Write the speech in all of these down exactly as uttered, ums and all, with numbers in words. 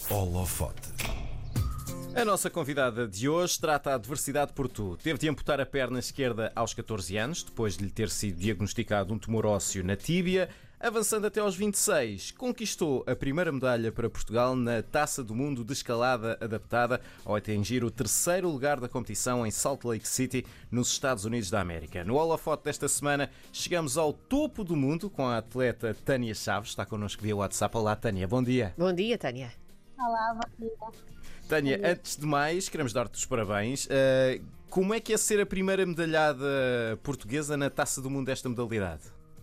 Holofote. A nossa convidada de hoje trata a adversidade por tu. Teve de amputar a perna esquerda aos catorze anos, depois de lhe ter sido diagnosticado um tumor ósseo na tíbia. Avançando até aos vinte e seis, conquistou a primeira medalha para Portugal na Taça do Mundo de Escalada Adaptada, ao atingir o terceiro lugar da competição em Salt Lake City, nos Estados Unidos da América. No holofote desta semana, chegamos ao topo do mundo com a atleta Tânia Chaves. Está connosco via WhatsApp. Olá, Tânia. Bom dia. Bom dia, Tânia. Olá, bom dia. Tânia, antes de mais, queremos dar-te os parabéns. Uh, como é que é ser a primeira medalhada portuguesa na Taça do Mundo desta modalidade?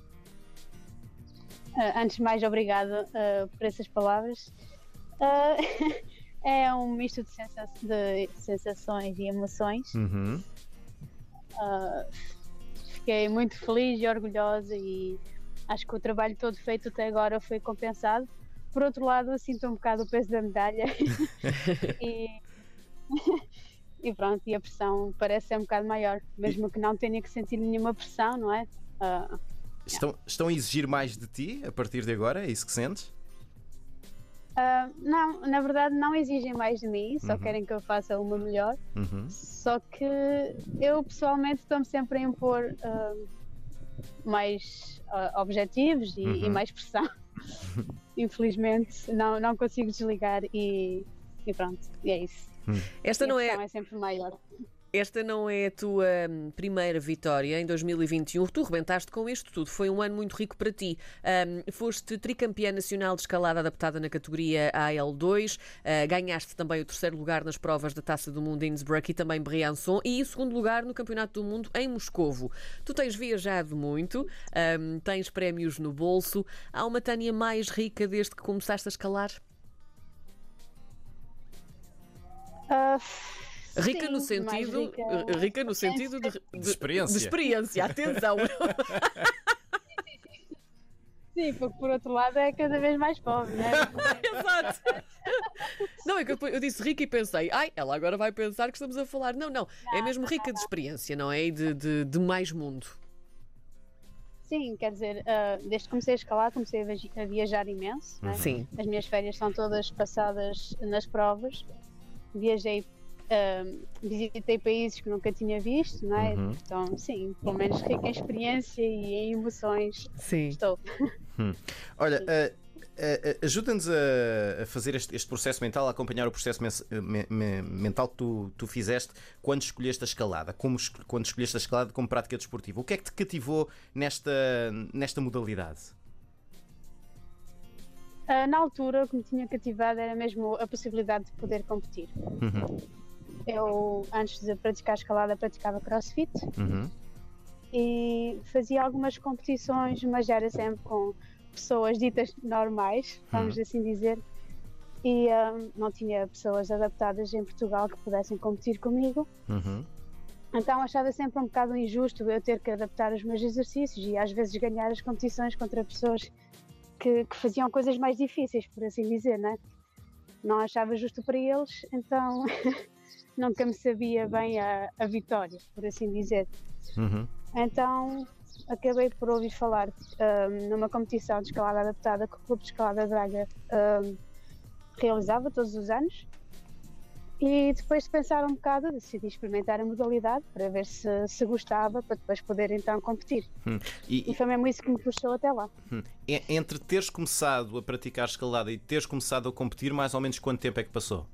Uh, antes de mais, obrigado uh, por essas palavras. Uh, é um misto de, sensa de sensações e emoções. Uhum. Uh, fiquei muito feliz e orgulhosa e acho que o trabalho todo feito até agora foi compensado. Por outro lado, eu sinto um bocado o peso da medalha e, e pronto, e a pressão parece ser um bocado maior, mesmo que não tenha que sentir nenhuma pressão, não é? Uh, Estão, estão a exigir mais de ti a partir de agora? É isso que sentes? Uh, não, na verdade não exigem mais de mim, só Uhum. querem que eu faça uma melhor. Uhum. Só que eu pessoalmente estou-me sempre a impor uh, mais uh, objetivos e, Uhum. e mais pressão. Infelizmente não, não consigo desligar e, e pronto, e é isso. Esta E a não pressão é, é sempre maior. esta não é a tua hum, primeira vitória em dois mil e vinte e um. Tu rebentaste com isto tudo. Foi um ano muito rico para ti. Um, foste tricampeã nacional de escalada adaptada na categoria A L dois. Uh, ganhaste também o terceiro lugar nas provas da Taça do Mundo em Innsbruck e também Briançon. E o segundo lugar no Campeonato do Mundo em Moscovo. Tu tens viajado muito, um, tens prémios no bolso. Há uma Tânia mais rica desde que começaste a escalar? Uh, Rica sim, no sentido, mais rica. rica no sentido de, de- De experiência. de experiência, atenção. Sim, porque por outro lado é cada vez mais pobre, né? Exato. Não, é que eu, eu disse rica e pensei, ai, ela agora vai pensar que estamos a falar. Não, não, é mesmo rica de experiência, não é? E de, de, de mais mundo. Sim, quer dizer, uh, desde que comecei a escalar, comecei a viaj- a viajar imenso, né? Sim. As minhas férias são todas passadas nas provas. Viajei, uh, visitei países que nunca tinha visto, não é? Uhum. Então, sim, pelo menos rica em experiência e em emoções Sim. estou. Olha, uh, uh, ajuda-nos a, a fazer este, este processo mental, a acompanhar o processo men me- me- mental que tu, tu fizeste quando escolheste a escalada, como, es- quando escolheste a escalada como prática desportiva. O que é que te cativou nesta, nesta modalidade? Uh, na altura, o que me tinha cativado era mesmo a possibilidade de poder competir. Uhum. Eu, antes de praticar escalada, praticava crossfit Uhum. e fazia algumas competições, mas era sempre com pessoas ditas normais, vamos Uhum. assim dizer, e hum, não tinha pessoas adaptadas em Portugal que pudessem competir comigo. Uhum. Então achava sempre um bocado injusto eu ter que adaptar os meus exercícios e às vezes ganhar as competições contra pessoas que, que faziam coisas mais difíceis, por assim dizer, né? Não achava justo para eles, então nunca me sabia bem a, a vitória, por assim dizer. Uhum. Então acabei por ouvir falar hum, numa competição de escalada adaptada que o Clube de Escalada de Braga hum, realizava todos os anos. E depois de pensar um bocado, decidi experimentar a modalidade para ver se, se gostava, para depois poder então competir. Hum. E, E foi mesmo isso que me puxou até lá. hum, e- entre teres começado a praticar escalada e teres começado a competir, mais ou menos quanto tempo é que passou?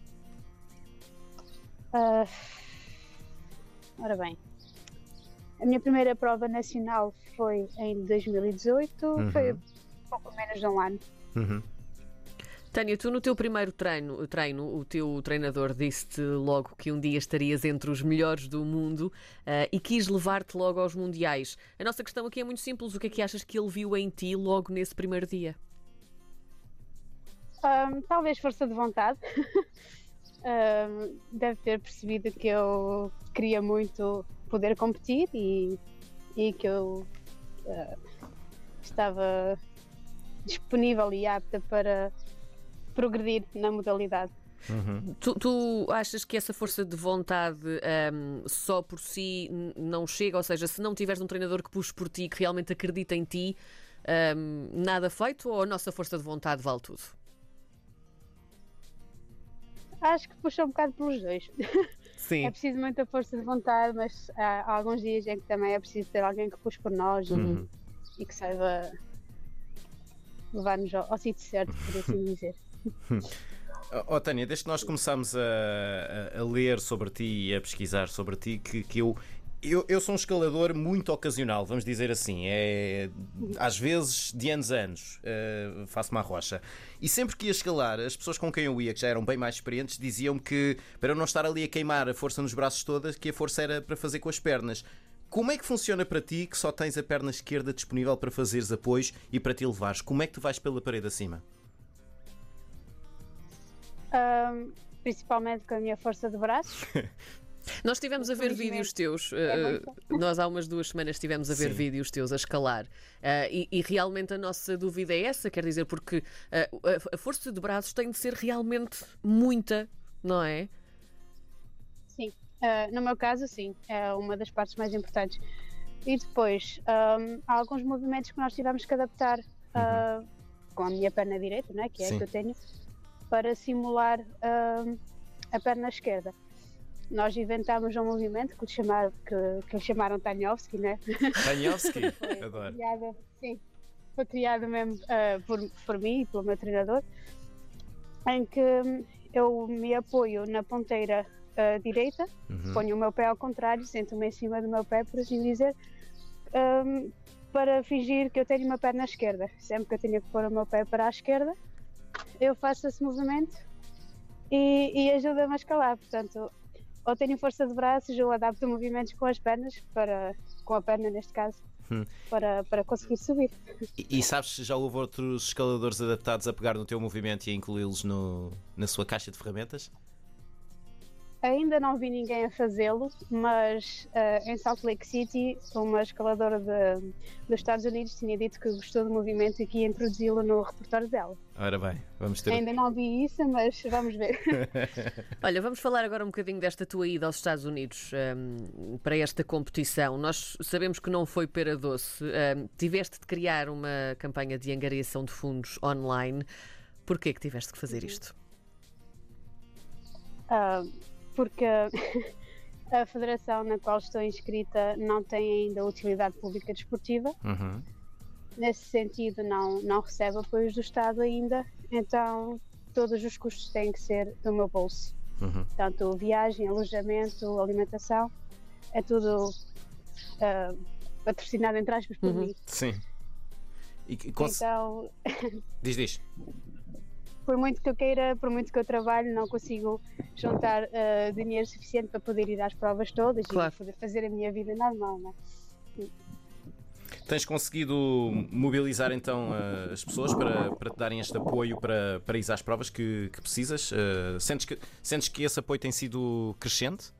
Ah, ora bem, a minha primeira prova nacional foi em dois mil e dezoito, Uhum. foi pouco menos de um ano. Uhum. Tânia, tu no teu primeiro treino, treino o teu treinador disse-te logo que um dia estarias entre os melhores do mundo eh, e quis levar-te logo aos mundiais. A nossa questão aqui é muito simples. O que é que achas que ele viu em ti logo nesse primeiro dia? Ahm, talvez força de vontade. Ahm, deve ter percebido que eu queria muito poder competir e, e que eu ah, estava disponível e apta para progredir na modalidade. Uhum. Tu, tu achas que essa força de vontade ehm, só por si n- não chega? Ou seja, se não tiveres um treinador que puxe por ti, que realmente acredita em ti, ehm, nada feito? Ou a nossa força de vontade vale tudo? Acho que puxa um bocado pelos dois. Sim. É preciso muita força de vontade, mas há, há alguns dias em que também é preciso ter alguém que puxe por nós Uhum. e, e que saiba levar-nos ao, ao sítio certo, por assim dizer. Oh, oh, Tânia, desde que nós começámos a, a- a ler sobre ti e a pesquisar sobre ti, que, que eu, eu, eu sou um escalador muito ocasional, vamos dizer assim. É, às vezes, de anos a anos, eh, faço-me à rocha. E sempre que ia escalar, as pessoas com quem eu ia, que já eram bem mais experientes, diziam-me que para eu não estar ali a queimar a força nos braços todas, que a força era para fazer com as pernas. Como é que funciona para ti que só tens a perna esquerda disponível para fazeres apoios e para te elevares? Como é que tu vais pela parede acima? Ahm, principalmente com a minha força de braços. Nós estivemos a ver Infelizmente, vídeos teus, é eh, nós há umas duas semanas estivemos a ver Sim. vídeos teus a escalar. Eh, e, e realmente a nossa dúvida é essa, quer dizer, porque eh, a, a força de braços tem de ser realmente muita, não é? Sim, ah, no meu caso, sim, é uma das partes mais importantes. E depois, ahm, há alguns movimentos que nós tivemos que adaptar ah, com a minha perna direita, né, que é Sim. a que eu tenho, para simular ahm, a perna esquerda. Nós inventámos um movimento que lhe chamaram, que, que lhe chamaram Taniowski, né? Taniowski, adoro. Criada, sim, foi criado mesmo ah, por, por mim e pelo meu treinador, em que hum, eu me apoio na ponteira ah, direita, Uhum. ponho o meu pé ao contrário, sento-me em cima do meu pé, por assim dizer, hum, para fingir que eu tenho uma perna esquerda. Sempre que eu tenho que pôr o meu pé para a esquerda, eu faço esse movimento e, e ajuda-me a escalar. Portanto, ou tenho força de braços ou adapto movimentos com as pernas, para, com a perna neste caso, Hum. para, para conseguir subir. E, e sabes se já houve outros escaladores adaptados a pegar no teu movimento e a incluí-los no, na sua caixa de ferramentas? Ainda não vi ninguém a fazê-lo, mas ah, em Salt Lake City, uma escaladora de, dos Estados Unidos tinha dito que gostou do movimento e que ia introduzi-lo no repertório dela. Ora bem, vamos ter. Ainda não vi isso, mas vamos ver. Olha, vamos falar agora um bocadinho desta tua ida aos Estados Unidos hum, para esta competição. Nós sabemos que não foi pera doce. Hum, tiveste de criar uma campanha de angariação de fundos online. Porquê que tiveste que fazer isto? Ah, porque a federação na qual estou inscrita não tem ainda utilidade pública desportiva. Uhum. Nesse sentido, não, não recebe apoios do Estado ainda, então todos os custos têm que ser do meu bolso. Uhum. Tanto viagem, alojamento, alimentação, é tudo ah, patrocinado, entre aspas, por Uhum. mim. Sim. E, e cons... Então, Diz, diz. por muito que eu queira, por muito que eu trabalhe, não consigo juntar ah, dinheiro suficiente para poder ir às provas todas Claro. e poder fazer a minha vida normal, não é? Tens conseguido mobilizar então eh, as pessoas para, para te darem este apoio para, para ir às provas que, que precisas? Eh, sentes que, sentes que esse apoio tem sido crescente?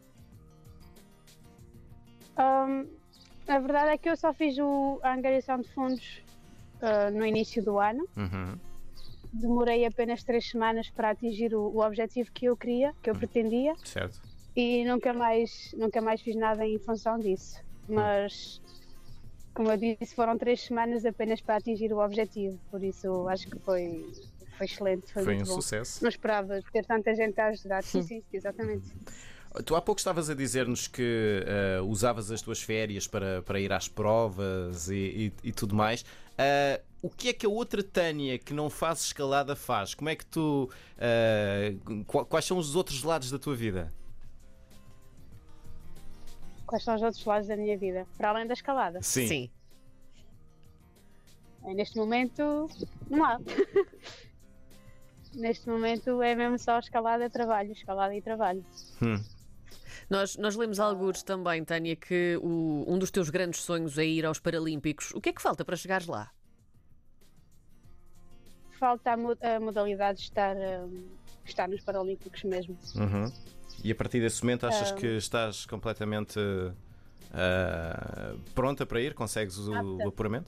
Um, a verdade é que eu só fiz o, a angariação de fundos ah, no início do ano. Uhum. Demorei apenas três semanas para atingir o, o objetivo que eu queria, que eu pretendia, Certo. e nunca mais, nunca mais fiz nada em função disso. Mas, como eu disse, foram três semanas apenas para atingir o objetivo, por isso acho que foi, foi excelente, foi, Foi muito um bom. sucesso. Não esperava ter tanta gente a ajudar. Sim, sim, exatamente. Tu há pouco estavas a dizer-nos que eh, usavas as tuas férias para, para ir às provas e, e- e tudo mais. Eh, o que é que a outra Tânia que não faz escalada faz? Como é que tu. eh, qu- quais são os outros lados da tua vida? Quais são os outros lados da minha vida? Para além da escalada. Sim. Eh, Neste momento, não há. Neste momento é mesmo só escalada, trabalho, escalada e trabalho. Hum. Nós, nós lemos alguns também, Tânia, que o- um dos teus grandes sonhos é ir aos Paralímpicos. O que é que falta para chegares lá? Falta a, mo- a modalidade de estar, hum, estar nos Paralímpicos mesmo. Uhum. E a partir desse momento achas que estás completamente eh, pronta para ir? Consegues o, Apta. o apuramento?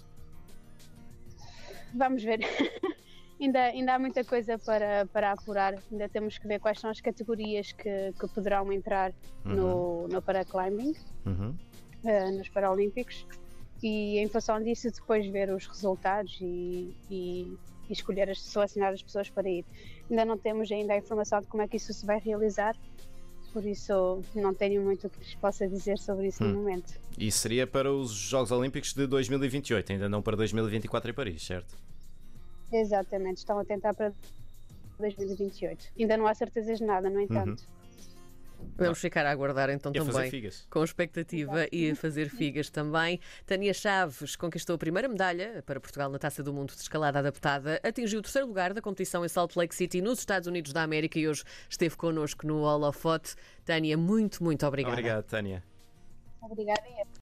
Vamos ver. ainda, ainda há muita coisa para, para apurar. Ainda temos que ver quais são as categorias que, que poderão entrar no, no paraclimbing, Uhum. eh, nos Paralímpicos. E em função disso, depois ver os resultados e, e e escolher, as, selecionar as pessoas para ir. Ainda não temos ainda a informação de como é que isso se vai realizar, por isso não tenho muito o que lhes possa dizer sobre isso hum. no momento. E seria para os Jogos Olímpicos de dois mil e vinte e oito, ainda não para dois mil e vinte e quatro em Paris, certo? Exatamente, estão a tentar para dois mil e vinte e oito. Ainda não há certezas de nada, no entanto. Uhum. Vamos ficar a aguardar então e a também, figas. com expectativa. Exato. E a fazer figas também. Tânia Chaves conquistou a primeira medalha para Portugal na Taça do Mundo de escalada adaptada, atingiu o terceiro lugar da competição em Salt Lake City, nos Estados Unidos da América, e hoje esteve connosco no holofote. Tânia, muito, muito obrigada. Obrigado, Tânia. Obrigada.